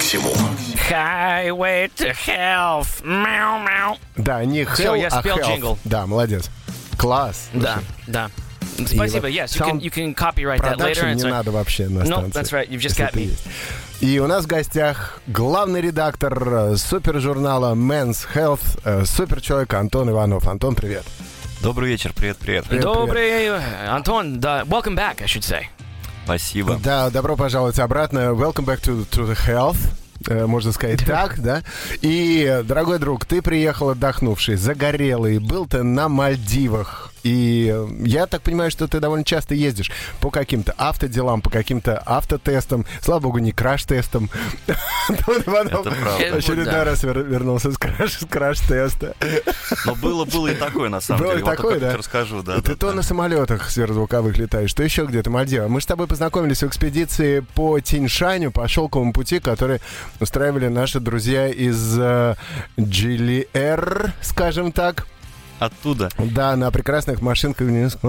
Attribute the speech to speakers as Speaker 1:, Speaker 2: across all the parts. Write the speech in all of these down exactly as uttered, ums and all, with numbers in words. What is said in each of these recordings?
Speaker 1: Максимум.
Speaker 2: Highway to health. Мяу, мяу.
Speaker 3: Да, не
Speaker 2: Все,
Speaker 3: hell,
Speaker 2: я
Speaker 3: а
Speaker 2: спел
Speaker 3: health.
Speaker 2: джингл.
Speaker 3: Да, молодец. Класс.
Speaker 2: Да, да. Спасибо.
Speaker 3: вот
Speaker 2: Yes, you can,
Speaker 3: sound
Speaker 2: you can copyright that later.
Speaker 3: Продакшн
Speaker 2: and
Speaker 3: не
Speaker 2: so-
Speaker 3: надо вообще на
Speaker 2: No,
Speaker 3: станции.
Speaker 2: that's right. You've just
Speaker 3: если
Speaker 2: got
Speaker 3: это
Speaker 2: me.
Speaker 3: есть. И у нас в гостях главный редактор э, супержурнала Men's Health, э, суперчеловек Антон Иванов. Антон, привет.
Speaker 4: Добрый вечер, привет-привет.
Speaker 3: Привет,
Speaker 2: Добрый, Антон, да, welcome back, I should say.
Speaker 4: Спасибо.
Speaker 3: Да, добро пожаловать обратно. Welcome back to, to the health. Э, Можно сказать так, да? И, дорогой друг, ты приехал отдохнувший, загорелый, был ты на Мальдивах. И э, я так понимаю, что ты довольно часто ездишь по каким-то автоделам, по каким-то автотестам. Слава богу, не краш-тестам. Антон Иванов
Speaker 4: Это правда.
Speaker 3: очередной
Speaker 2: Да.
Speaker 3: раз вер- вернулся с краш- с краш-теста.
Speaker 4: Но было, было и такое, на самом
Speaker 3: Было
Speaker 4: деле.
Speaker 3: и
Speaker 4: Вот
Speaker 3: такое,
Speaker 4: как-нибудь
Speaker 3: да?
Speaker 4: расскажу, да.
Speaker 3: Ты
Speaker 4: да,
Speaker 3: то
Speaker 4: да.
Speaker 3: на самолетах сверхзвуковых летаешь, то еще где-то Мальдивы. Мы с тобой познакомились в экспедиции по Тиньшаню, по шелковому пути, который устраивали наши друзья из э, джи эл ар, скажем так.
Speaker 4: Оттуда.
Speaker 3: Да, на прекрасных машинках.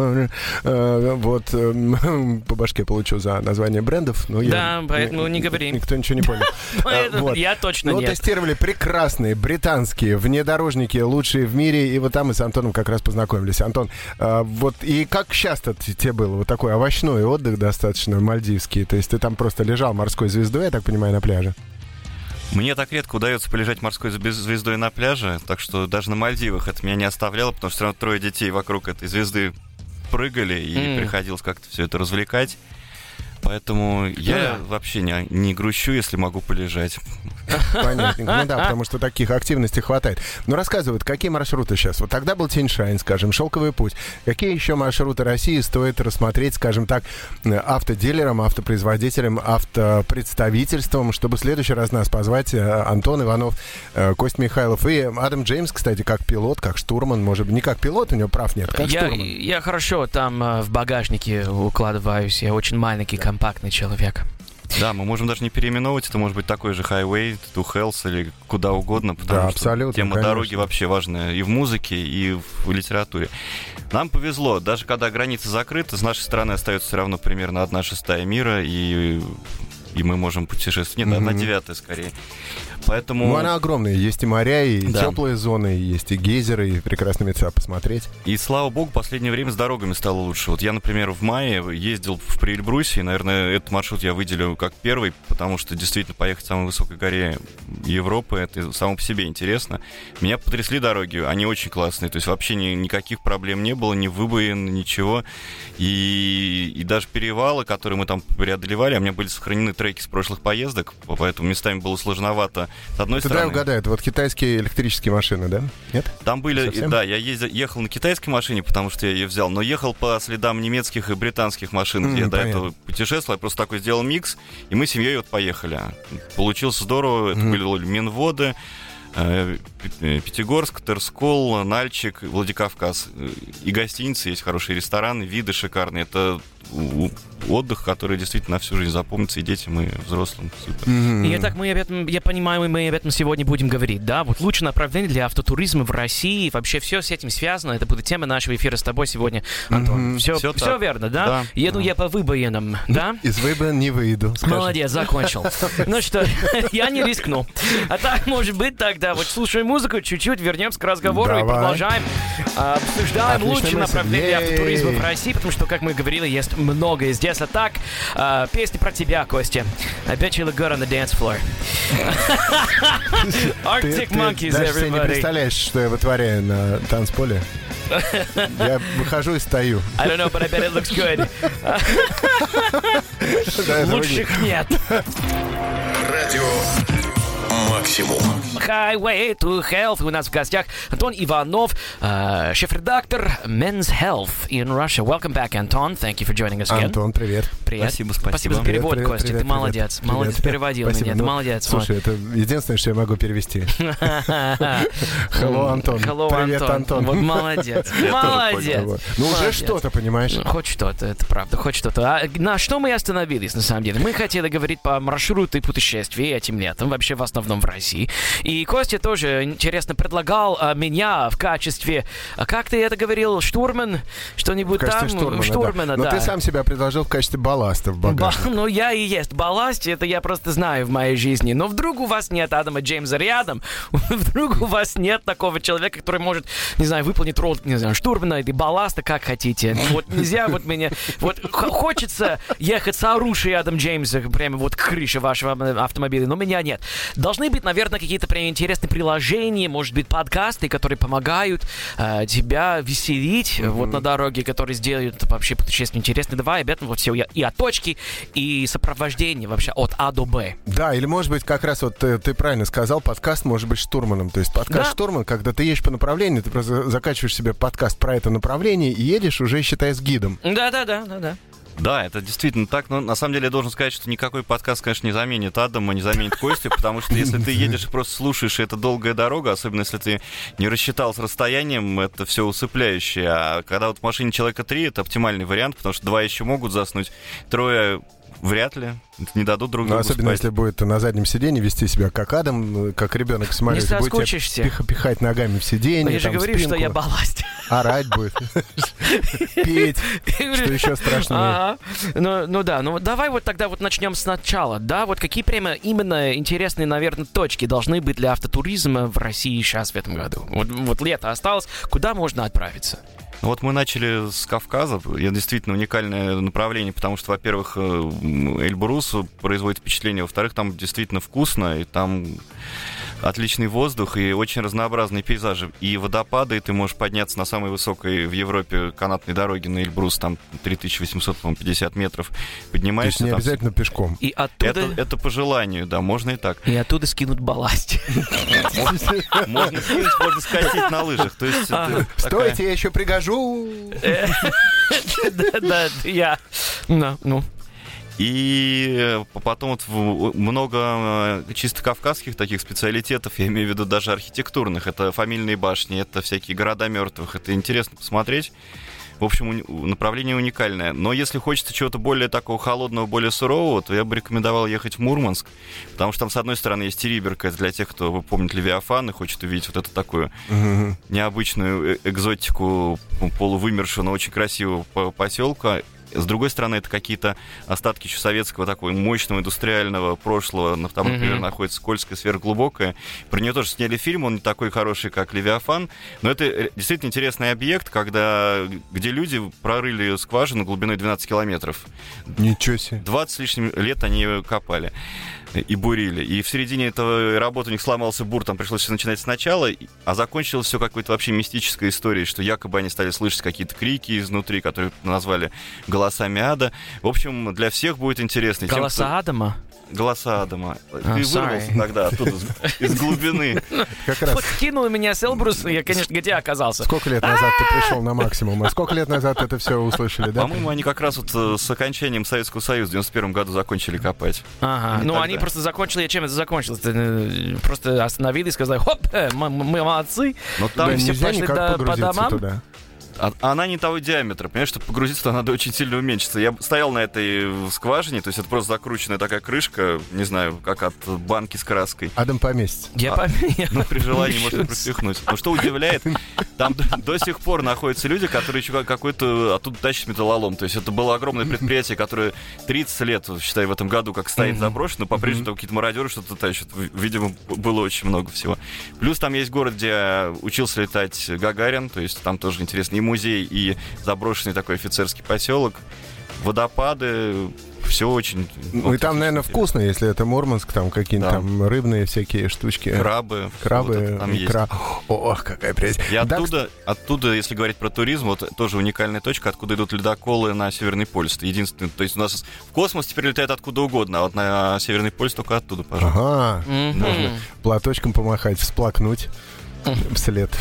Speaker 3: Э, вот э, по башке получу за название брендов. Но я,
Speaker 2: Да, поэтому не говори.
Speaker 3: Никто ничего не понял.
Speaker 2: Поэтому
Speaker 3: Вот.
Speaker 2: я точно
Speaker 3: Ну,
Speaker 2: нет.
Speaker 3: тестировали прекрасные британские внедорожники, лучшие в мире, и вот там мы с Антоном как раз познакомились. Антон, а, вот и как часто т- тебе было вот такой овощной отдых достаточно мальдивский? То есть ты там просто лежал морской звездой, я так понимаю, на пляже?
Speaker 4: Мне так редко удается полежать морской звез- звездой на пляже, так что даже на Мальдивах это меня не оставляло, потому что все равно трое детей вокруг этой звезды прыгали, и
Speaker 2: М.
Speaker 4: приходилось как-то все это развлекать. Поэтому я
Speaker 2: да.
Speaker 4: вообще не, не грущу, если могу полежать.
Speaker 3: Понятненько. Ну да, потому что таких активностей хватает. Ну рассказывают, какие маршруты сейчас? Вот тогда был Тиньшань, скажем, Шелковый путь. Какие еще маршруты России стоит рассмотреть, скажем так, автодилерам, автопроизводителям, автопредставительствам, чтобы в следующий раз нас позвать э, Антон Иванов, э, Костя Михайлов и Адам Джеймс, кстати, как пилот, как штурман, может быть, не как пилот, у него прав нет, как
Speaker 2: Я,
Speaker 3: штурман.
Speaker 2: я хорошо там э, в багажнике укладываюсь. Я очень маленький, компактный человек.
Speaker 4: Да, мы можем даже не переименовывать, это может быть такой же Highway to Health или куда угодно, потому
Speaker 3: Да,
Speaker 4: что
Speaker 3: абсолютно,
Speaker 4: тема
Speaker 3: конечно.
Speaker 4: дороги вообще важная и в музыке, и в литературе. Нам повезло, даже когда границы закрыты, с нашей стороны остается все равно примерно одна шестая мира, и, и мы можем путешествовать. Нет, одна
Speaker 3: Мгм.
Speaker 4: девятая скорее. Поэтому...
Speaker 3: Ну, она огромная. Есть и моря, и
Speaker 4: Да.
Speaker 3: теплые зоны, есть и гейзеры, и прекрасные места посмотреть.
Speaker 4: И, слава богу, в последнее время с дорогами стало лучше. Вот я, например, в мае ездил в Приэльбрусе, и, наверное, этот маршрут я выделю как первый, потому что действительно поехать в самой высокой горе Европы, это само по себе интересно. Меня потрясли дороги, они очень классные, то есть вообще ни, никаких проблем не было, ни выбоин, ничего. И, и даже перевалы, которые мы там преодолевали, у меня были сохранены треки с прошлых поездок, поэтому местами было сложновато. С одной
Speaker 3: Ты дай
Speaker 4: стороны...
Speaker 3: угадай, это вот китайские электрические машины, да? Нет?
Speaker 4: Там были,
Speaker 3: Совсем?
Speaker 4: да, я ездил, ехал на китайской машине, потому что я ее взял, но ехал по следам немецких и британских машин,
Speaker 3: М,
Speaker 4: где я до
Speaker 3: понятно.
Speaker 4: этого путешествовал, я просто такой сделал микс, и мы с семьей вот поехали. Получилось здорово, это
Speaker 3: Мгм.
Speaker 4: были Минводы, э, П- Пятигорск, Терскол, Нальчик, Владикавказ. И гостиницы есть, хорошие рестораны, виды шикарные. Это у- отдых, который действительно на всю жизнь запомнится и детям, и взрослым. Супер.
Speaker 3: Мгм.
Speaker 2: И так мы об этом, я понимаю, мы об этом сегодня будем говорить, да? Вот лучшее направление для автотуризма в России, вообще все с этим связано, это будет тема нашего эфира с тобой сегодня, Антон.
Speaker 3: Мгм.
Speaker 2: Все,
Speaker 4: Всё
Speaker 2: все
Speaker 4: так.
Speaker 2: верно, да?
Speaker 4: Да,
Speaker 2: Еду
Speaker 4: да.
Speaker 2: я по выбоинам, да?
Speaker 3: Из выбора не выйду. скажем.
Speaker 2: Молодец, закончил. Ну что, я не рискну. А так, может быть, тогда вот слушаем музыку, чуть-чуть вернемся к разговору и
Speaker 3: Давай.
Speaker 2: продолжаем. а, Обсуждаем
Speaker 3: Отличная
Speaker 2: лучшее
Speaker 3: мысль.
Speaker 2: направление для
Speaker 3: Ей.
Speaker 2: автотуризма в России, потому что, как мы говорили, есть многое здесь. А так, а, песня про тебя, Костя. I bet you look good on the dance floor.
Speaker 3: Ты,
Speaker 2: Arctic
Speaker 3: ты
Speaker 2: Monkeys,
Speaker 3: даже себе не
Speaker 2: everybody.
Speaker 3: представляешь, что я вытворяю на танцполе. Я выхожу и стою.
Speaker 2: I don't know, but I bet it looks good.
Speaker 3: Да, это
Speaker 2: Лучших нет.
Speaker 1: Радио Максимум.
Speaker 2: Highway to Health. У нас в гостях Антон Иванов, э, шеф-редактор Men's Health in Russia. Welcome back, Anton. Thank you for joining us again.
Speaker 3: Антон, привет.
Speaker 2: Привет.
Speaker 4: Спасибо, спасибо.
Speaker 2: Спасибо за
Speaker 3: Привет,
Speaker 2: перевод,
Speaker 3: привет,
Speaker 2: Костя.
Speaker 3: привет,
Speaker 2: Ты молодец.
Speaker 3: привет.
Speaker 2: Молодец,
Speaker 3: Привет.
Speaker 2: переводил
Speaker 3: Спасибо.
Speaker 2: меня. Ты
Speaker 3: Ну,
Speaker 2: молодец.
Speaker 3: Слушай, это единственное, что я могу перевести. Hello, Антон.
Speaker 2: Hello,
Speaker 3: Привет, Антон.
Speaker 2: Вот молодец. Молодец.
Speaker 3: Вот. Ну, уже
Speaker 2: Молодец.
Speaker 3: что-то, понимаешь?
Speaker 2: Ну, Хоть что-то, это правда, хоть что-то. А на что мы остановились, на самом деле? Мы хотели говорить по маршруту и путешествий этим летом, вообще в основном в России. И Костя тоже, интересно, предлагал а, меня в качестве, а как ты это говорил, штурман? Что-нибудь
Speaker 3: В качестве
Speaker 2: там?
Speaker 3: штурмана,
Speaker 2: штурмана,
Speaker 3: да.
Speaker 2: да.
Speaker 3: Но ты сам себя предложил в качестве балласта в багажник.
Speaker 2: Ба- ну, я и есть балласт, это я просто знаю в моей жизни. Но вдруг у вас нет Адама Джеймса рядом, вдруг у вас нет такого человека, который может, не знаю, выполнить роль, не знаю, штурмана или балласта, как хотите. Вот нельзя вот меня... Вот х- хочется ехать с оружием Адама Джеймса прямо вот к крыше вашего автомобиля, но меня нет. Должны быть, наверное, какие-то прям интересные приложения, может быть, подкасты, которые помогают э, тебя веселить mm-hmm. вот на дороге, которые сделают вообще путешествие интересное. Давай об этом вот все и от точки, и сопровождение вообще от А до Б.
Speaker 3: Да, или может быть как раз вот ты, ты правильно сказал, подкаст может быть штурманом. То есть подкаст
Speaker 2: Да.
Speaker 3: штурман, когда ты едешь по направлению, ты просто закачиваешь себе подкаст про это направление и едешь уже, считай, с гидом.
Speaker 2: Да-да-да, да-да.
Speaker 4: Да, это действительно так, но на самом деле я должен сказать, что никакой подкаст, конечно, не заменит Адама, не заменит Костю, потому что если ты едешь и просто слушаешь, и это долгая дорога, особенно если ты не рассчитал с расстоянием, это все усыпляюще. А когда вот в машине человека три, это оптимальный вариант, потому что два еще могут заснуть, трое вряд ли, не дадут друг
Speaker 3: Ну,
Speaker 4: другу
Speaker 3: особенно
Speaker 4: спать.
Speaker 3: если будет на заднем сиденье вести себя как Адам, как ребенок в самолете.
Speaker 2: Не
Speaker 3: Будет тебя
Speaker 2: соскучишься.
Speaker 3: пих- пихать ногами в сиденье.
Speaker 2: Я же
Speaker 3: там,
Speaker 2: говорю, что
Speaker 3: спинку,
Speaker 2: я балласт.
Speaker 3: орать будет. Петь. Что еще страшнее.
Speaker 2: Ага. Ну, ну да, ну вот давай вот тогда вот начнем сначала. Да, вот какие прямо именно интересные, наверное, точки должны быть для автотуризма в России сейчас в этом году? Вот, вот лето осталось, куда можно отправиться?
Speaker 4: Ну, вот мы начали с Кавказа. Это действительно уникальное направление, потому что, во-первых, Эльбрус производит впечатление, во-вторых, там действительно вкусно, и там отличный воздух и очень разнообразные пейзажи. И водопады, и ты можешь подняться на самой высокой в Европе канатной дороге на Эльбрус, там три тысячи восемьсот пятьдесят метров.
Speaker 3: То есть
Speaker 4: Поднимаешься.
Speaker 3: не
Speaker 4: там
Speaker 3: обязательно пешком.
Speaker 2: И оттуда,
Speaker 4: Это, это по желанию, да, можно и так.
Speaker 2: и оттуда скинут балласт.
Speaker 4: Можно скинуть, можно скатить на лыжах. То есть это такая-
Speaker 3: Стойте, я еще пригожу.
Speaker 2: Да, я. Ну, ну.
Speaker 4: И потом вот в- много э, чисто кавказских таких специалитетов, я имею в виду даже архитектурных. Это фамильные башни, это всякие города мертвых. Это интересно посмотреть. В общем, уни- направление уникальное. Но если хочется чего-то более такого холодного, более сурового, то я бы рекомендовал ехать в Мурманск. Потому что там, с одной стороны, есть Териберка. Это для тех, кто вы помнит Левиафан и хочет увидеть вот эту такую
Speaker 3: Мгм.
Speaker 4: необычную э- экзотику полувымершего, но очень красивого по- поселка. С другой стороны, это какие-то остатки еще советского такого мощного индустриального прошлого. На- Там, например,
Speaker 2: Мгм.
Speaker 4: находится Кольская сверхглубокая. Про нее тоже сняли фильм, он не такой хороший, как «Левиафан». Но это э, действительно интересный объект, когда, где люди прорыли скважину глубиной двенадцать километров.
Speaker 3: Ничего себе.
Speaker 4: двадцать с лишним лет они ее копали и бурили. И в середине этого работы у них сломался бур, там пришлось все начинать сначала, и- а закончилось все какой-то вообще мистической историей, что якобы они стали слышать какие-то крики изнутри, которые назвали голосами ада. В общем, для всех будет интересно. И тем,
Speaker 2: Голоса Адама?
Speaker 4: кто- Голоса Адама.
Speaker 2: А,
Speaker 4: Ты
Speaker 2: sorry.
Speaker 4: вырвался тогда оттуда, из- из глубины.
Speaker 3: Как раз.
Speaker 2: Вот кинул меня с Эльбруса, я, конечно, где оказался?
Speaker 3: Сколько лет назад ты пришел на максимум? А сколько лет назад это все услышали, да?
Speaker 4: По-моему, они как раз вот э, с окончанием Советского Союза в девяносто первом году закончили копать.
Speaker 2: Ага,
Speaker 4: Не
Speaker 2: ну
Speaker 4: тогда.
Speaker 2: они просто закончили, чем это закончилось? Э, Просто остановились, сказали, хоп, э, мы, мы молодцы.
Speaker 4: Но там
Speaker 3: Да,
Speaker 2: все
Speaker 3: нельзя
Speaker 2: пошли
Speaker 3: никак
Speaker 2: до- по
Speaker 3: погрузиться
Speaker 2: домам?
Speaker 3: туда.
Speaker 4: А- она не того диаметра, понимаешь, чтобы погрузиться, то надо очень сильно уменьшиться. Я стоял на этой скважине, то есть это просто закрученная такая крышка, не знаю, как от банки с краской.
Speaker 3: Адам поместится.
Speaker 2: Я
Speaker 4: А,
Speaker 2: помню.
Speaker 4: Ну, при желании можно пропихнуть. Но что удивляет, там до, до сих пор находятся люди, которые еще как- какой-то оттуда тащат металлолом. То есть это было огромное предприятие, которое тридцать лет, считай, в этом году как стоит заброшено, по-прежнему там какие-то мародеры что-то тащат. В- Видимо, было очень много всего. Плюс там есть город, где учился летать Гагарин, то есть там тоже интересно и музей, и заброшенный такой офицерский поселок, водопады, все очень...
Speaker 3: Ну и там, наверное, вкусно, если это Мурманск, там какие-то
Speaker 4: Да.
Speaker 3: там рыбные всякие штучки.
Speaker 4: Крабы.
Speaker 3: Крабы,
Speaker 4: вот это там есть.
Speaker 3: икра. Ох, какая прелесть.
Speaker 4: И
Speaker 3: Да,
Speaker 4: оттуда, оттуда, если говорить про туризм, вот тоже уникальная точка, откуда идут ледоколы на Северный полюс. Это единственное, то есть у нас в космос теперь летает откуда угодно, а вот на Северный полюс только оттуда, пожалуйста.
Speaker 3: Ага,
Speaker 2: Мгм.
Speaker 3: можно платочком помахать, всплакнуть вслед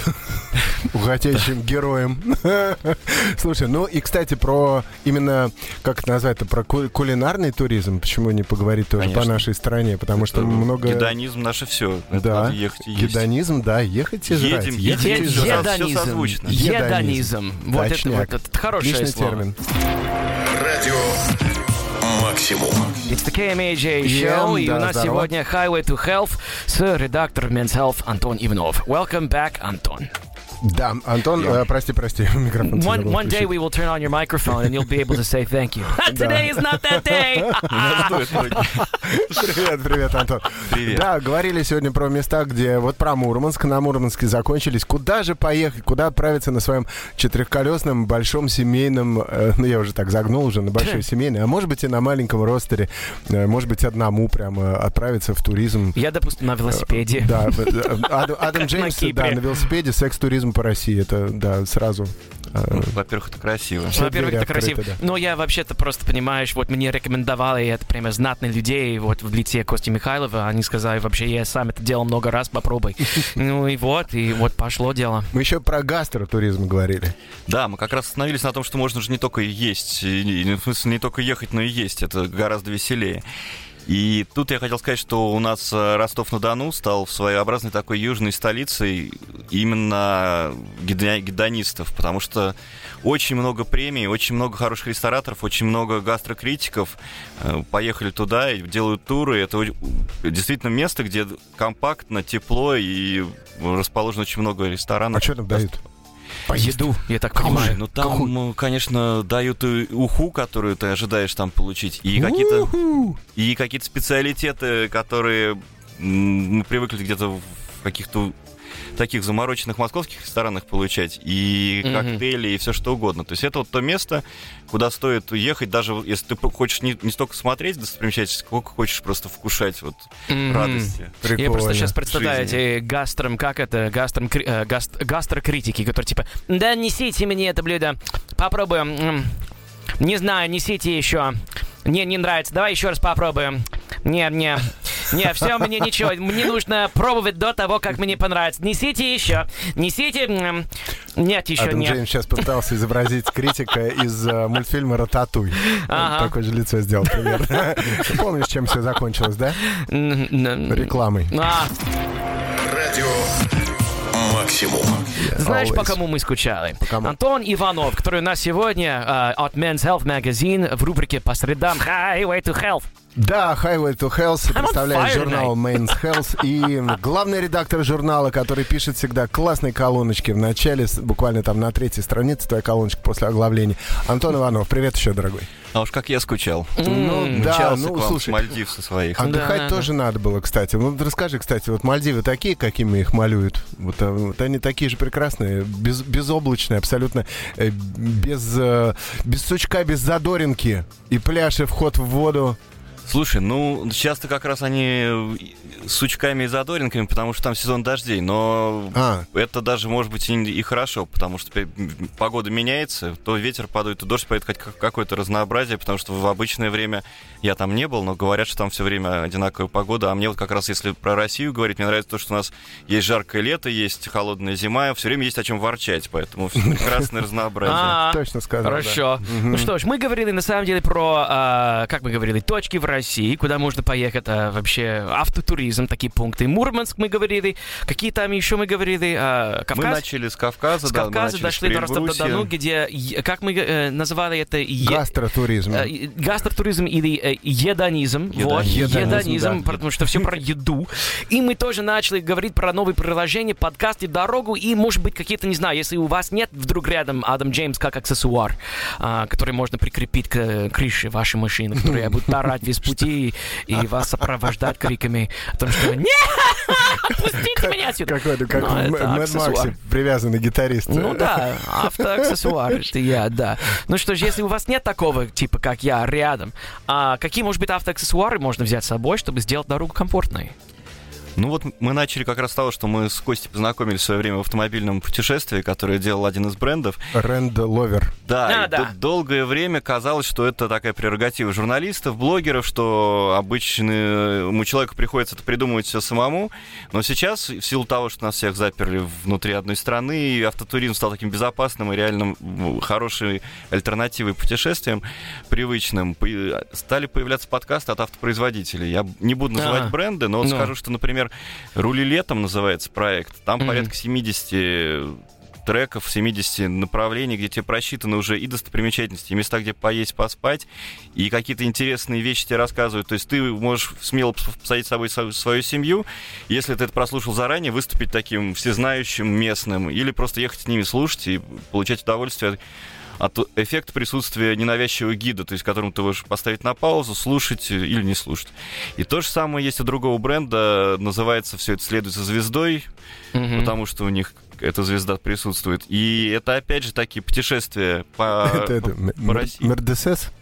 Speaker 3: уходящим героям. Слушай, ну и, кстати, про именно, как это назвать-то, про ку- кулинарный туризм, почему не поговорить тоже
Speaker 4: Конечно.
Speaker 3: по нашей стране, потому что
Speaker 4: Это
Speaker 3: много...
Speaker 4: Гедонизм наше все.
Speaker 3: Да,
Speaker 4: Надо ехать и есть.
Speaker 3: гедонизм, да, ехать и жрать.
Speaker 4: Едем,
Speaker 3: ехать
Speaker 4: едем,
Speaker 3: и
Speaker 4: едем.
Speaker 3: жрать.
Speaker 4: Всё
Speaker 2: Едонизм.
Speaker 4: созвучно.
Speaker 2: Едонизм. Вот это
Speaker 3: Точняк.
Speaker 2: вот это хорошее
Speaker 3: Отличный
Speaker 2: слово.
Speaker 3: термин.
Speaker 1: Радио Максимум.
Speaker 2: It's the кей эм эй джей
Speaker 3: Yeah,
Speaker 2: Show, и
Speaker 3: да,
Speaker 2: у нас
Speaker 3: здорово.
Speaker 2: сегодня Highway to Health с редактором Men's Health Антон Иванов. Welcome back, Антон.
Speaker 3: Да, Антон, э, прости, прости, микрофон
Speaker 2: One,
Speaker 3: забыл
Speaker 2: one day
Speaker 3: включить.
Speaker 2: we will turn on your microphone and you'll be able to say thank you. Today is not that day.
Speaker 3: Привет, привет, Антон.
Speaker 4: Привет.
Speaker 3: Да, говорили сегодня про места, где вот про Мурманск, на Мурманске закончились. Куда же поехать, куда отправиться на своем четырехколесном большом семейном, э, ну я уже так загнул уже на большой семейный, а может быть и на маленьком ростере, э, может быть одному прямо отправиться в туризм.
Speaker 2: Я, допустим, на велосипеде.
Speaker 3: Да, э, Адам, Адам
Speaker 2: Как
Speaker 3: Джеймс,
Speaker 2: на Кипре.
Speaker 3: да, на велосипеде, секс-туризм по России, это, да, сразу. э,
Speaker 4: Ну, во-первых, это красиво.
Speaker 3: Все
Speaker 2: Во-первых,
Speaker 3: двери
Speaker 2: это красиво.
Speaker 3: открыты, да.
Speaker 2: Но я вообще-то просто, понимаешь, вот мне рекомендовали это прямо знатные людей вот в лице Кости Михайлова. Они сказали, вообще, я сам это делал много раз, попробуй. Ну и вот, и вот пошло дело.
Speaker 3: Мы еще про гастротуризм говорили.
Speaker 4: Да, мы как раз остановились на том, что можно же не только есть, и- и, в смысле, не только ехать, но и есть. Это гораздо веселее. И тут я хотел сказать, что у нас э, Ростов-на-Дону стал своеобразной такой южной столицей именно гидо- гедонистов, потому что очень много премий, очень много хороших рестораторов, очень много гастрокритиков э, поехали туда и делают туры. Это о- действительно место, где компактно, тепло и расположено очень много ресторанов.
Speaker 3: А что там дают?
Speaker 2: Еду, я так
Speaker 4: Слушай,
Speaker 2: понимаю.
Speaker 4: ну там, э, конечно, дают и уху, которую ты ожидаешь там получить, и какие-то,
Speaker 3: У-ху!
Speaker 4: и какие-то специалитеты, которые м, мы привыкли где-то в каких-то таких замороченных московских ресторанах получать, и
Speaker 2: Мгм.
Speaker 4: коктейли, и все что угодно. То есть это вот то место, куда стоит ехать, даже если ты хочешь не, не столько смотреть достопримечательности, сколько хочешь просто вкушать вот
Speaker 2: Мгм.
Speaker 4: радости.
Speaker 2: Я просто
Speaker 3: Прикольно.
Speaker 2: сейчас представляю
Speaker 4: жизни.
Speaker 2: эти гастром, как это, гастром, кри- э, гаст- гастрокритики, которые типа, да несите мне это блюдо, попробуем, М, не знаю, несите еще, не, не нравится, давай еще раз попробуем, нет, нет, нет, все, мне ничего, мне нужно пробовать до того, как мне понравится, несите еще, несите, м, нет, еще
Speaker 3: Адам
Speaker 2: нет.
Speaker 3: Джеймс сейчас пытался изобразить критика из э, мультфильма «Рататуй».
Speaker 2: Ага.
Speaker 3: Он такое же лицо сделал примерно. Ты помнишь, чем все закончилось, да?
Speaker 2: М, м,
Speaker 3: Рекламой.
Speaker 2: а,
Speaker 1: Радио Максимум.
Speaker 2: Знаешь,
Speaker 3: Always.
Speaker 2: по кому мы скучали?
Speaker 3: По кому?
Speaker 2: Антон Иванов, который у нас сегодня э, от Men's Health Magazine в рубрике по средам Highway to Health.
Speaker 3: Да, Highway to Health
Speaker 2: I'm on
Speaker 3: представляет
Speaker 2: fire
Speaker 3: журнал Men's Health. И главный редактор журнала, который пишет всегда классные колоночки в начале, с- буквально там на третьей странице твоя колоночка после оглавления. Антон Иванов, привет еще, дорогой.
Speaker 4: А уж как я скучал.
Speaker 3: Ну да,
Speaker 4: Мчался
Speaker 3: ну
Speaker 4: к вам с
Speaker 3: слушай,
Speaker 4: Мальдив со своих.
Speaker 3: отдыхать
Speaker 2: Да,
Speaker 3: тоже надо было, кстати. Ну, расскажи, кстати, вот Мальдивы такие, какими их малюют? Вот, а, вот они такие же прекрасные, без, безоблачные, абсолютно э, без, э, без сучка, без задоринки. И пляж, и вход в воду.
Speaker 4: Слушай, ну, часто как раз они с сучками и задоринками, потому что там сезон дождей, но
Speaker 3: А,
Speaker 4: это даже, может быть, и, и хорошо, потому что пе- погода меняется, то ветер падает, то дождь падает, хоть как- какое-то разнообразие, потому что в обычное время я там не был, но говорят, что там все время одинаковая погода, а мне вот как раз, если про Россию говорить, мне нравится то, что у нас есть жаркое лето, есть холодная зима, все время есть о чем ворчать, поэтому прекрасное разнообразие.
Speaker 2: А,
Speaker 3: точно сказал. да.
Speaker 2: Хорошо. Ну что ж, мы говорили на самом деле про, а, как мы говорили, точки в России, куда можно поехать, а, вообще автотуризм, такие пункты. Мурманск мы говорили, какие там еще мы говорили, а,
Speaker 4: Мы
Speaker 2: Кавказ?
Speaker 4: начали с Кавказа,
Speaker 2: С
Speaker 4: да,
Speaker 2: Кавказа
Speaker 4: начали с
Speaker 2: дошли до Ростова-на-Дону,
Speaker 4: Прибрусья.
Speaker 2: где, е- как мы э, называли это, е-
Speaker 3: Гастротуризм.
Speaker 2: э, гастротуризм или э, едонизм. Вот,
Speaker 4: Едонизм.
Speaker 2: едонизм,
Speaker 3: да.
Speaker 2: потому что все про еду. И мы тоже начали говорить про новые приложения, подкасты, дорогу, и, может быть, какие-то, не знаю, если у вас нет вдруг рядом Адам Джеймс как аксессуар, а, который можно прикрепить к э, крыше вашей машины, которая будет орать весь пути и вас сопровождать криками о том, что «Нет! Отпустите меня отсюда!»
Speaker 3: Какой-то, как
Speaker 2: Ну,
Speaker 3: в
Speaker 2: это
Speaker 3: Мэд
Speaker 2: аксессуар.
Speaker 3: Максе привязанный гитарист.
Speaker 2: Ну да, автоаксессуар, это я, да. Ну что ж, если у вас нет такого, типа, как я, рядом, а какие, может быть, автоаксессуары можно взять с собой, чтобы сделать дорогу комфортной?
Speaker 4: Ну вот мы начали как раз с того, что мы с Костей познакомились в свое время в автомобильном путешествии, которое делал один из брендов.
Speaker 3: Рэнд Ловер.
Speaker 4: Да,
Speaker 2: А,
Speaker 4: и
Speaker 2: да.
Speaker 4: д- долгое время казалось, что это такая прерогатива журналистов, блогеров, что обычному человеку приходится это придумывать все самому. Но сейчас, в силу того, что нас всех заперли внутри одной страны, и автотуризм стал таким безопасным и реально м, хорошей альтернативой путешествиям, привычным, по- стали появляться подкасты от автопроизводителей. Я не буду называть
Speaker 2: А,
Speaker 4: бренды, но вот
Speaker 2: ну.
Speaker 4: скажу, что, например, «Рули летом» называется проект. Там
Speaker 2: Мгм.
Speaker 4: порядка семьдесят треков, семьдесят направлений, где тебе просчитаны уже и достопримечательности, и места, где поесть, поспать, и какие-то интересные вещи тебе рассказывают. То есть ты можешь смело посадить с собой свою семью, если ты это прослушал заранее, выступить таким всезнающим местным, или просто ехать с ними слушать и получать удовольствие от эффекта присутствия ненавязчивого гида, то есть которому ты можешь поставить на паузу, слушать или не слушать. И то же самое есть у другого бренда, называется все это «Следуй за звездой», mm-hmm. потому что у них эта звезда присутствует. И это, опять же, такие путешествия по,
Speaker 3: это,
Speaker 4: по,
Speaker 3: это,
Speaker 4: по России.
Speaker 3: Мердесес?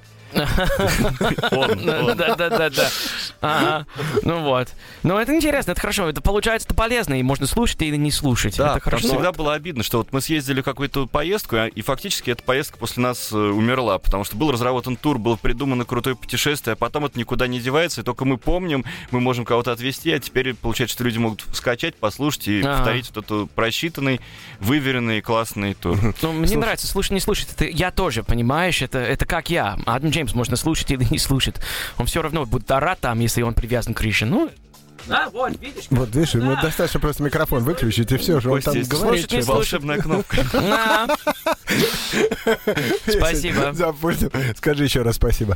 Speaker 2: Да-да-да. Ага. Ну вот. Ну это интересно, это хорошо. Это получается, это полезно, и можно слушать или не слушать.
Speaker 4: Да,
Speaker 2: это хорошо.
Speaker 4: Всегда было обидно, что вот мы съездили в какую-то поездку, и фактически эта поездка после нас умерла, потому что был разработан тур, было придумано крутое путешествие, а потом это никуда не девается, и только мы помним, мы можем кого-то отвезти, а теперь получается, что люди могут скачать, послушать и ага. повторить вот этот просчитанный, выверенный, классный тур.
Speaker 2: Ну, мне Слуш... нравится слушать, не слушать. Это я тоже, понимаешь, это, это как я. Адам Джеймс можно слушать или не слушать. Он все равно будет орать там, если он привязан к крыше. Ну, а, вот, видишь. Как...
Speaker 3: Вот, видишь, ему да. достаточно просто микрофон выключить, и все же он там говорит.
Speaker 2: Слушать, волшебная кнопка. Спасибо.
Speaker 3: За пультом. Скажи еще раз спасибо.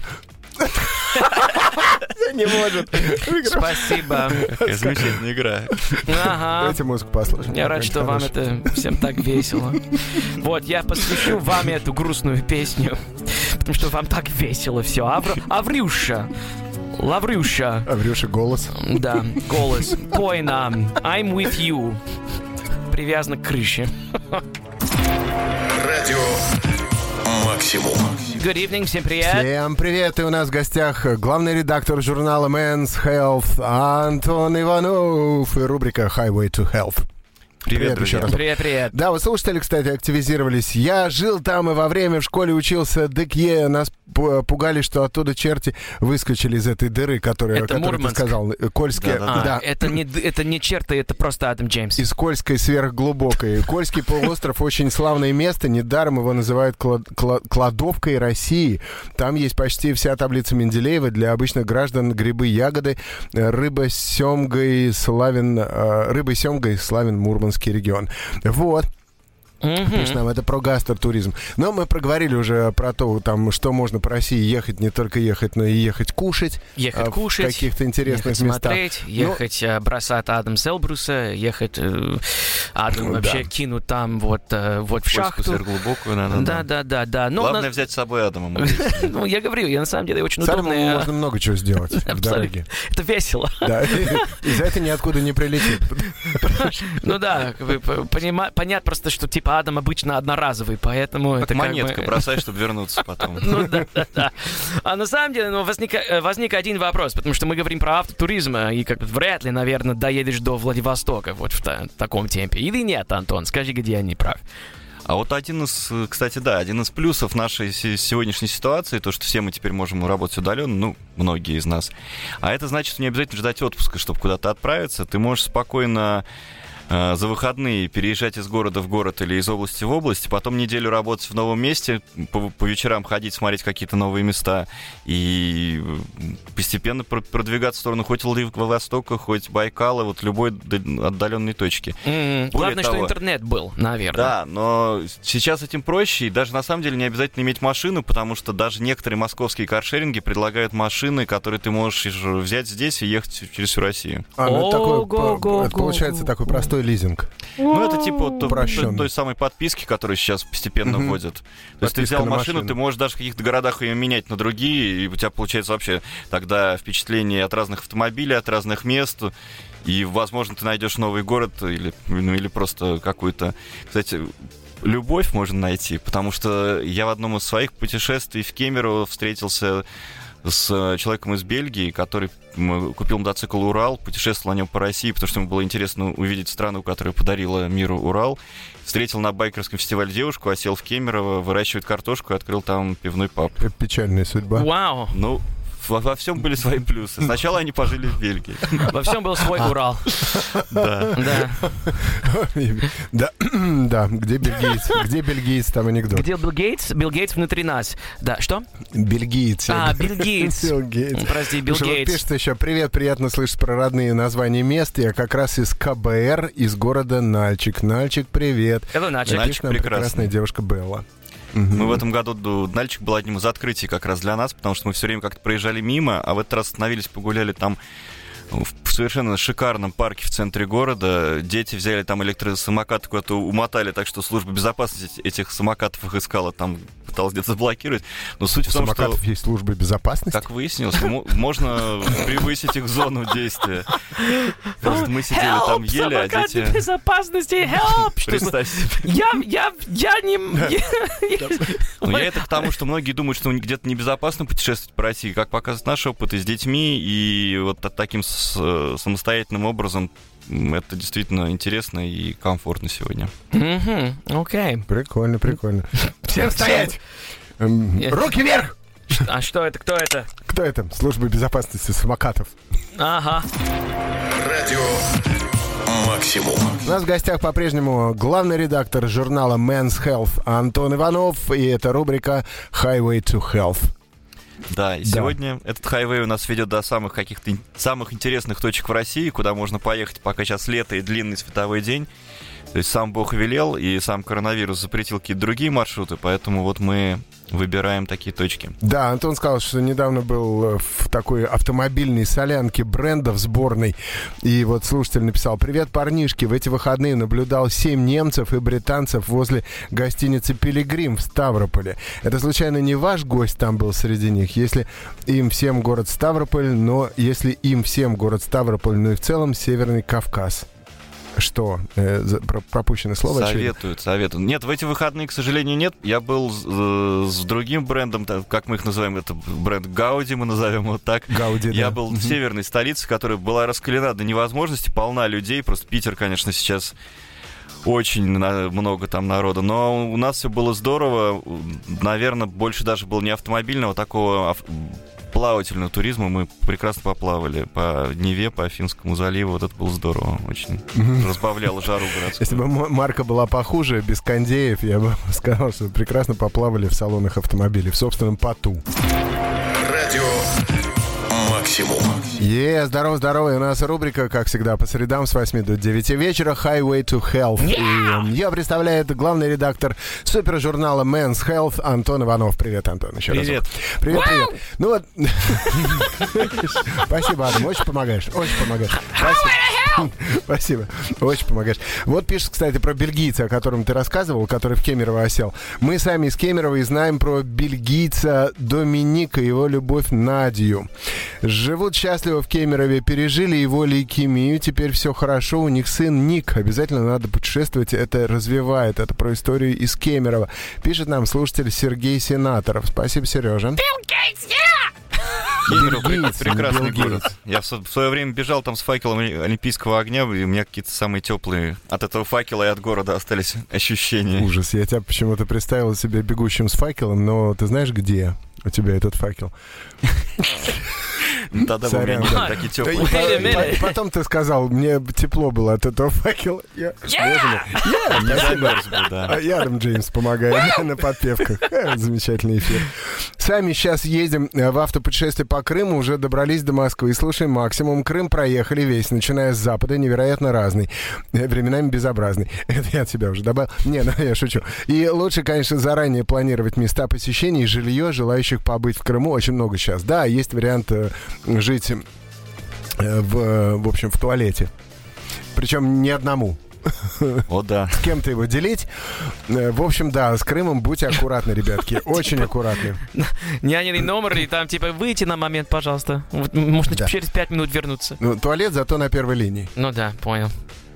Speaker 3: Не может.
Speaker 2: Спасибо.
Speaker 4: Какая замечательная игра.
Speaker 2: Ага.
Speaker 3: Давайте музыку послушаем.
Speaker 2: Я рад, что вам это всем так весело. Вот, я посвящу вам эту грустную песню, потому что вам так весело все. Авр... Аврюша. Лаврюша.
Speaker 3: Аврюша голос.
Speaker 2: Да, голос. Пой нам I'm with you. Привязан к крыше.
Speaker 1: Радио Максимум.
Speaker 2: Good evening, всем привет.
Speaker 3: Всем привет, и у нас в гостях главный редактор журнала Men's Health Антон Иванов и рубрика Highway to Health.
Speaker 4: Привет,
Speaker 3: привет еще раз.
Speaker 2: Привет, привет.
Speaker 3: Да, вот слушатели, кстати, активизировались. Я жил там и во время в школе учился ДКЕ. Нас пугали, что оттуда черти выскочили из этой дыры, которая, которую ты сказал. Кольские.
Speaker 2: Да, да, да. А, да. Это, не, это не черты, это просто Адам Джеймс.
Speaker 3: Из Кольской сверхглубокой. Кольский полуостров очень славное место. Недаром его называют клад, клад, кладовкой России. Там есть почти вся таблица Менделеева для обычных граждан. Грибы, ягоды, рыба с семгой славен, рыба с семгой славен Мурманск. Регион. Вот. Mm-hmm. Пишет нам, это про гастротуризм. Но мы проговорили уже про то, там, что можно по России ехать, не только ехать, но и ехать кушать.
Speaker 2: Ехать
Speaker 3: а,
Speaker 2: кушать.
Speaker 3: В каких-то интересных
Speaker 2: ехать
Speaker 3: местах.
Speaker 2: Смотреть, ехать ну, бросать Адам Селбруса, ехать э, Адам ну, вообще да. кинуть там вот, э, вот в шахту.
Speaker 4: Глубокую, да,
Speaker 2: да, да, да, да. Но
Speaker 4: главное
Speaker 2: на...
Speaker 4: взять с собой Адама.
Speaker 2: Ну, я говорю, я на самом деле очень
Speaker 3: удобно.
Speaker 2: удобно.
Speaker 3: Можно много чего сделать в дороге.
Speaker 2: Это весело.
Speaker 3: Да, и за это ниоткуда не прилетит.
Speaker 2: Ну да, понятно просто, что типа Адам обычно одна разовый, поэтому
Speaker 4: как
Speaker 2: это
Speaker 4: монетка
Speaker 2: как бы...
Speaker 4: бросай, чтобы вернуться потом.
Speaker 2: Ну да, да, да. А на самом деле ну, возник, возник один вопрос, потому что мы говорим про автотуризм, и как бы вряд ли, наверное, доедешь до Владивостока вот в, та- в таком темпе. Или нет, Антон? Скажи, где я не прав.
Speaker 4: А вот один из, кстати, да, один из плюсов нашей сегодняшней ситуации, то, что все мы теперь можем работать удаленно, ну, многие из нас. А это значит, что не обязательно ждать отпуска, чтобы куда-то отправиться. Ты можешь спокойно за выходные переезжать из города в город или из области в область, потом неделю работать в новом месте, по, по вечерам ходить, смотреть какие-то новые места и постепенно продвигаться в сторону хоть Владивостока, хоть Байкала, вот любой отдаленной точки.
Speaker 2: Mm-hmm. Главное, того, что интернет был, наверное.
Speaker 4: Да, но сейчас этим проще, и даже на самом деле не обязательно иметь машину, потому что даже некоторые московские каршеринги предлагают машины, которые ты можешь взять здесь и ехать через всю Россию.
Speaker 3: А, ну, это, такой, go, go, это получается go, такой простой лизинг.
Speaker 4: Ну, это типа вот той, той самой подписки, которую сейчас постепенно mm-hmm. вводят. То Подписка есть ты взял машину, машину, ты можешь даже в каких-то городах ее менять на другие, и у тебя получается вообще тогда впечатление от разных автомобилей, от разных мест, и, возможно, ты найдешь новый город или, ну, или просто какую-то... Кстати, любовь можно найти, потому что я в одном из своих путешествий в Кемерово встретился с человеком из Бельгии, который купил мотоцикл «Урал», путешествовал на нем по России, потому что ему было интересно увидеть страну, которая подарила миру Урал. Встретил на байкерском фестивале девушку, осел в Кемерово, выращивает картошку и открыл там пивной паб.
Speaker 3: Печальная судьба.
Speaker 2: Вау!
Speaker 4: Ну, во, во всем были свои плюсы. Сначала они пожили в Бельгии.
Speaker 2: Во всем был свой Урал.
Speaker 4: Да.
Speaker 2: Да.
Speaker 3: Да, да, где бельгиец? Где бельгиец, там анекдот.
Speaker 2: Где Билл Гейтс? Билл Гейтс внутри нас. Да, что?
Speaker 3: Бельгиец.
Speaker 2: А, Билл Гейтс.
Speaker 3: Билл Гейтс.
Speaker 2: Прости, Билл
Speaker 3: Слушай, вот
Speaker 2: Гейтс.
Speaker 3: пишет еще: привет, приятно слышать про родные названия мест. Я как раз из ка бэ эр, из города Нальчик. Нальчик, привет.
Speaker 2: Это Нальчик.
Speaker 4: Нальчик
Speaker 3: Пишет нам
Speaker 4: прекрасный.
Speaker 3: прекрасная девушка Белла.
Speaker 4: Мы в этом году, ду- Нальчик был одним из открытий как раз для нас, потому что мы все время как-то проезжали мимо, а в этот раз остановились, погуляли там в совершенно шикарном парке в центре города. Дети взяли там электросамокаты, куда-то умотали, так что служба безопасности этих самокатов их искала, там пыталась где-то заблокировать. Но суть
Speaker 3: У
Speaker 4: в том, что,
Speaker 3: самокатов есть служба безопасности?
Speaker 4: как выяснилось, мо- можно превысить их зону действия. Просто мы сидели
Speaker 2: Help,
Speaker 4: там ели, а
Speaker 2: самокаты
Speaker 4: дети...
Speaker 2: безопасности, help! Что за-
Speaker 4: Представь себе.
Speaker 2: Я, я, я не...
Speaker 4: Ну, я это к тому, что многие думают, что где-то небезопасно путешествовать по России. Как показывает наш опыт и с детьми, и вот та- таким с- самостоятельным образом, м, это действительно интересно и комфортно сегодня.
Speaker 2: Мгм, окей.
Speaker 3: Прикольно, прикольно.
Speaker 2: Всем
Speaker 3: стоять! Эм,
Speaker 2: Нет.
Speaker 3: Руки вверх!
Speaker 2: А что это, кто это?
Speaker 3: Кто это? Служба безопасности самокатов.
Speaker 2: Ага.
Speaker 1: Радио «Максимум».
Speaker 3: У нас в гостях по-прежнему главный редактор журнала Men's Health Антон Иванов, и это рубрика Highway to Health.
Speaker 4: Да, и
Speaker 3: Да.
Speaker 4: сегодня этот хайвей у нас ведет до самых каких-то ин- самых интересных точек в России, куда можно поехать, пока сейчас лето и длинный световой день. То есть сам Бог велел, и сам коронавирус запретил какие-то другие маршруты, поэтому вот мы выбираем такие точки.
Speaker 3: Да, Антон сказал, что недавно был в такой автомобильной солянке брендов сборной. И вот слушатель написал: привет, парнишки, в эти выходные наблюдал семь немцев и британцев возле гостиницы «Пилигрим» в Ставрополе. Это случайно не ваш гость там был среди них? Если им всем город Ставрополь, но если им всем город Ставрополь, ну и в целом Северный Кавказ. Что? Э, за- про- пропущенное слово? очевидно?
Speaker 4: Советуют, советуют. Нет, в эти выходные, к сожалению, нет. Я был с, э, с другим брендом, так, как мы их называем, это бренд Гауди, мы назовем его так.
Speaker 3: Гауди,
Speaker 4: Я
Speaker 3: да.
Speaker 4: был
Speaker 3: Мгм.
Speaker 4: в северной столице, которая была раскалена до невозможности, полна людей. Просто Питер, конечно, сейчас очень на- много там народа. Но у нас все было здорово. Наверное, больше даже было не автомобильного, такого ав- плавательного туризма. Мы прекрасно поплавали по Неве, по Финскому заливу. Вот это было здорово. Очень разбавляло жару городскую.
Speaker 3: Если бы м- марка была похуже, без кондеев, я бы сказал, что прекрасно поплавали в салонах автомобилей, в собственном поту.
Speaker 1: Радио «Максимум».
Speaker 3: Е, здорово, здорово. И у нас рубрика, как всегда, по средам с восьми до девяти вечера Highway to Health. И э, я представляю, это главный редактор супержурнала Men's Health Антон Иванов. Привет, Антон, еще раз.
Speaker 4: Привет.
Speaker 3: Привет, привет. Ну вот. Спасибо, Адам, очень помогаешь, очень помогаешь. Спасибо. Спасибо, очень помогаешь. Вот пишет, кстати, про бельгийца, о котором ты рассказывал, который в Кемерово осел. Мы сами из Кемерово и знаем про бельгийца Доминика и его любовь Надю. Живут счастливо в Кемерове, пережили его лейкемию, теперь все хорошо, у них сын Ник. Обязательно надо путешествовать, это развивает. Это про историю из Кемерово. Пишет нам слушатель Сергей Сенаторов. Спасибо, Сережа.
Speaker 4: Кемерово прек-
Speaker 3: Бельгиец,
Speaker 4: прекрасный
Speaker 3: не
Speaker 4: город. Я в, со- в свое время бежал там с факелом Оли- Олимпийского огня, и у меня какие-то самые теплые от этого факела и от города остались ощущения.
Speaker 3: Ужас, я тебя почему-то представил себе бегущим с факелом, но ты знаешь, где у тебя этот факел?
Speaker 4: Ну, тогда бы у меня
Speaker 3: Сорян,
Speaker 4: не
Speaker 3: да.
Speaker 4: были такие
Speaker 3: Да,
Speaker 4: теплые.
Speaker 3: и, по-
Speaker 2: Wait a
Speaker 3: и по-
Speaker 2: minute.
Speaker 3: и потом ты сказал, мне тепло было от этого факела. Я, Боже мой. Я,
Speaker 4: Не
Speaker 3: спасибо.
Speaker 4: замерз бы, да.
Speaker 3: А я Адам Джеймс помогает на подпевках. Э, Замечательный эфир. Сами сейчас едем э, в автопутешествие по Крыму, уже добрались до Москвы и слушаем «Максимум». Крым проехали весь, начиная с запада, невероятно разный, э, временами безобразный. Это я от себя уже добавил. Не, ну я шучу. И лучше, конечно, заранее планировать места посещения и жилье желающих побыть в Крыму. Очень много сейчас. Да, есть вариант э, жить э, в, в общем, в туалете. Причем не одному.
Speaker 4: О, да.
Speaker 3: С кем-то его делить. Э, В общем, да, с Крымом будьте аккуратны, ребятки. Очень аккуратны.
Speaker 2: Няниный номер, и там типа выйти на момент, пожалуйста. Вот, можно
Speaker 3: Да.
Speaker 2: через пять минут вернуться.
Speaker 3: Ну, туалет зато на первой линии.
Speaker 2: Ну да, понял.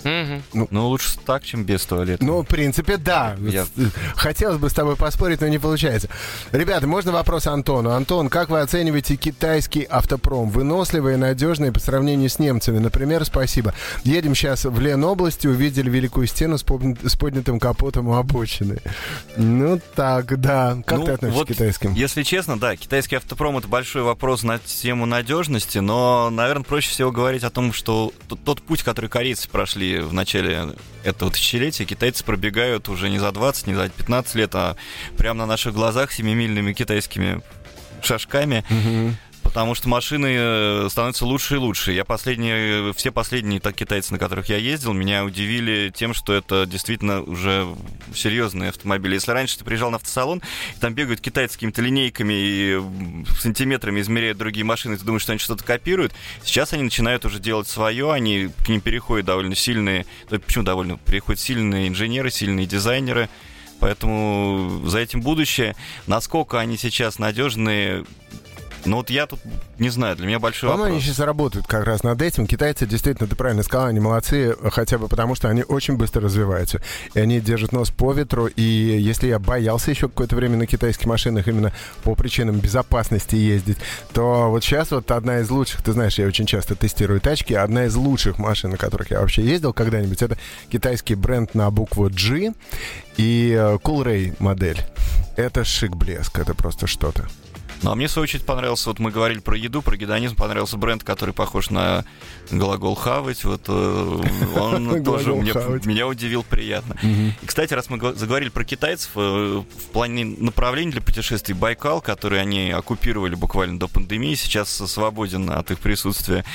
Speaker 2: Мгм.
Speaker 3: Ну,
Speaker 4: Ну, лучше так, чем без туалета.
Speaker 3: Ну, в принципе, да.
Speaker 4: Я-
Speaker 3: Хотелось бы с тобой поспорить, но не получается. Ребята, можно вопрос Антону? Антон, как вы оцениваете китайский автопром? Выносливый и надежный по сравнению с немцами? Например, спасибо. Едем сейчас в Ленобласти, увидели Великую Стену с, подня- с поднятым капотом у обочины. Ну, так, да. Как
Speaker 4: Ну,
Speaker 3: ты относишься
Speaker 4: вот,
Speaker 3: к китайским?
Speaker 4: Если честно, да, китайский автопром — это большой вопрос на тему надежности, но, наверное, проще всего говорить о том, что тот, тот путь, который корейцы прошли в начале этого тысячелетия, китайцы пробегают уже не за двадцать, не за пятнадцать лет, а прямо на наших глазах семимильными китайскими шажками.
Speaker 3: Мгм.
Speaker 4: Потому что машины э, становятся лучше и лучше. Я последние, все последние так, китайцы, на которых я ездил, меня удивили тем, что это действительно уже серьезные автомобили. Если раньше ты приезжал на автосалон, и там бегают китайцы с какими-то линейками и сантиметрами измеряют другие машины, и ты думаешь, что они что-то копируют, сейчас они начинают уже делать свое, они к ним переходят довольно сильные, ну, почему довольно, переходят сильные инженеры, сильные дизайнеры. Поэтому за этим будущее. Насколько они сейчас надежные, ну вот я тут не знаю, для меня большой
Speaker 3: По-моему, они
Speaker 4: вопрос.
Speaker 3: сейчас работают как раз над этим. Китайцы, действительно, ты правильно сказал, они молодцы, хотя бы потому, что они очень быстро развиваются. И они держат нос по ветру. И если я боялся еще какое-то время на китайских машинах именно по причинам безопасности ездить, то вот сейчас вот одна из лучших, ты знаешь, я очень часто тестирую тачки, одна из лучших машин, на которых я вообще ездил когда-нибудь, это китайский бренд на букву G и э, Coolray модель. Это шик-блеск, это просто что-то.
Speaker 4: Ну, а мне, в свою очередь, понравился, вот мы говорили про еду, про гедонизм, понравился бренд, который похож на глагол «хавать». Вот э, он тоже
Speaker 3: Глагол
Speaker 4: мне-
Speaker 3: «хавать».
Speaker 4: меня удивил приятно. И, кстати, раз мы го- заговорили про китайцев, э, в плане направлений для путешествий Байкал, который они оккупировали буквально до пандемии, сейчас свободен от их присутствия.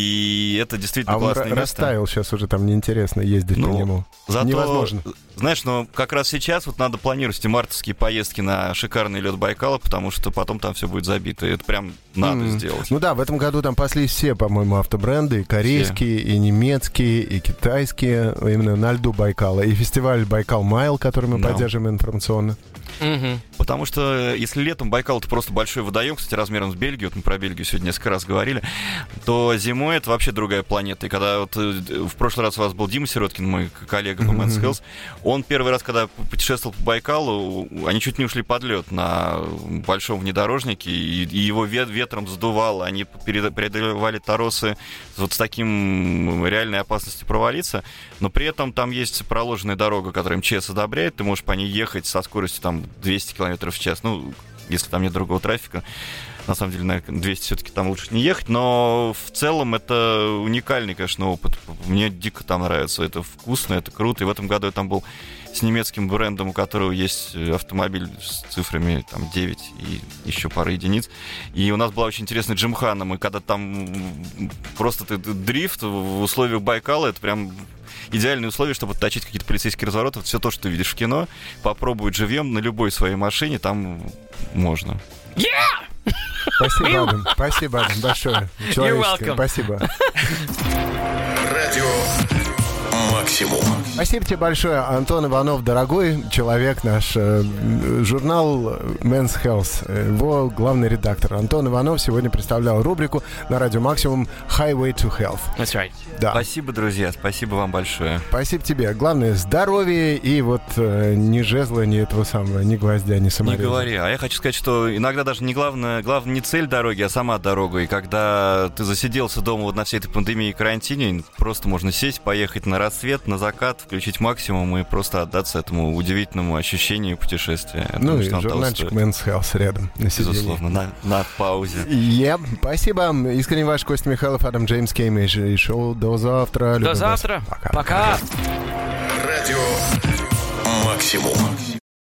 Speaker 4: И это действительно
Speaker 3: А он
Speaker 4: классное
Speaker 3: ра-
Speaker 4: место.
Speaker 3: растаял, сейчас уже там неинтересно ездить
Speaker 4: Ну,
Speaker 3: по нему.
Speaker 4: Зато,
Speaker 3: Невозможно.
Speaker 4: знаешь, ну, как раз сейчас вот надо планировать эти мартовские поездки на шикарный лед Байкала, потому что потом там все будет забито. И это прям надо
Speaker 3: М.
Speaker 4: сделать.
Speaker 3: Ну да, в этом году там паслись все, по-моему, автобренды, и корейские, и немецкие, и китайские, именно на льду Байкала. И фестиваль Байкал Майл, который мы
Speaker 4: Да.
Speaker 3: поддерживаем информационно.
Speaker 2: Мгм.
Speaker 4: Потому что если летом Байкал — это просто большой водоем, кстати, размером с Бельгию, вот мы про Бельгию сегодня несколько раз говорили, то зимой это вообще другая планета. И когда вот э, в прошлый раз у вас был Дима Сироткин, мой коллега по Men's Health, он первый раз, когда путешествовал по Байкалу, они чуть не ушли под лед на большом внедорожнике, и, и его вет- ветром задувало, они перед- преодолевали торосы вот с таким реальной опасностью провалиться, но при этом там есть проложенная дорога, которую МЧС одобряет, ты можешь по ней ехать со скоростью там двести километров в час, ну, если там нет другого трафика. На самом деле, на двести все-таки там лучше не ехать, но в целом это уникальный, конечно, опыт. Мне дико там нравится, это вкусно, это круто. И в этом году я там был с немецким брендом, у которого есть автомобиль с цифрами там девять и еще пара единиц. И у нас была очень интересная джимхана. Мы когда там просто ты дрифт в условиях Байкала, это прям идеальные условия, чтобы отточить какие-то полицейские развороты. Все то, что ты видишь в кино, попробовать живьем на любой своей машине, там можно.
Speaker 3: Спасибо, Адам. Спасибо, Адам, большое. Человеческое.
Speaker 2: welcome.
Speaker 3: Спасибо.
Speaker 1: Радио «Максимум».
Speaker 3: Спасибо тебе большое, Антон Иванов, дорогой человек наш. э, Журнал Men's Health, э, его главный редактор. Антон Иванов сегодня представлял рубрику на Радио Максимум «Highway to Health».
Speaker 2: That's right.
Speaker 3: Да.
Speaker 4: Спасибо, друзья, спасибо вам большое.
Speaker 3: Спасибо тебе. Главное, здоровье и вот э, ни жезла, ни этого самого, ни гвоздя, ни
Speaker 4: Не
Speaker 3: самореза.
Speaker 4: говори. А я хочу сказать, что иногда даже не главное, главное не цель дороги, а сама дорога. И когда ты засиделся дома вот на всей этой пандемии и карантине, просто можно сесть, поехать на рассвет, на закат, включить максимум и просто отдаться этому удивительному ощущению путешествия. Я
Speaker 3: Ну
Speaker 4: думаю,
Speaker 3: и
Speaker 4: что оно того
Speaker 3: журнальчик
Speaker 4: стоит.
Speaker 3: Men's Health рядом на сиденье.
Speaker 4: Безусловно, на, на паузе.
Speaker 3: Еп, спасибо. Искренне ваш Костя Михайлов, Адам Джеймс Кеймейдж. И шоу до завтра. Любим
Speaker 2: До
Speaker 3: вас.
Speaker 2: завтра.
Speaker 3: Пока.
Speaker 2: Пока.
Speaker 1: Радио «Максимум».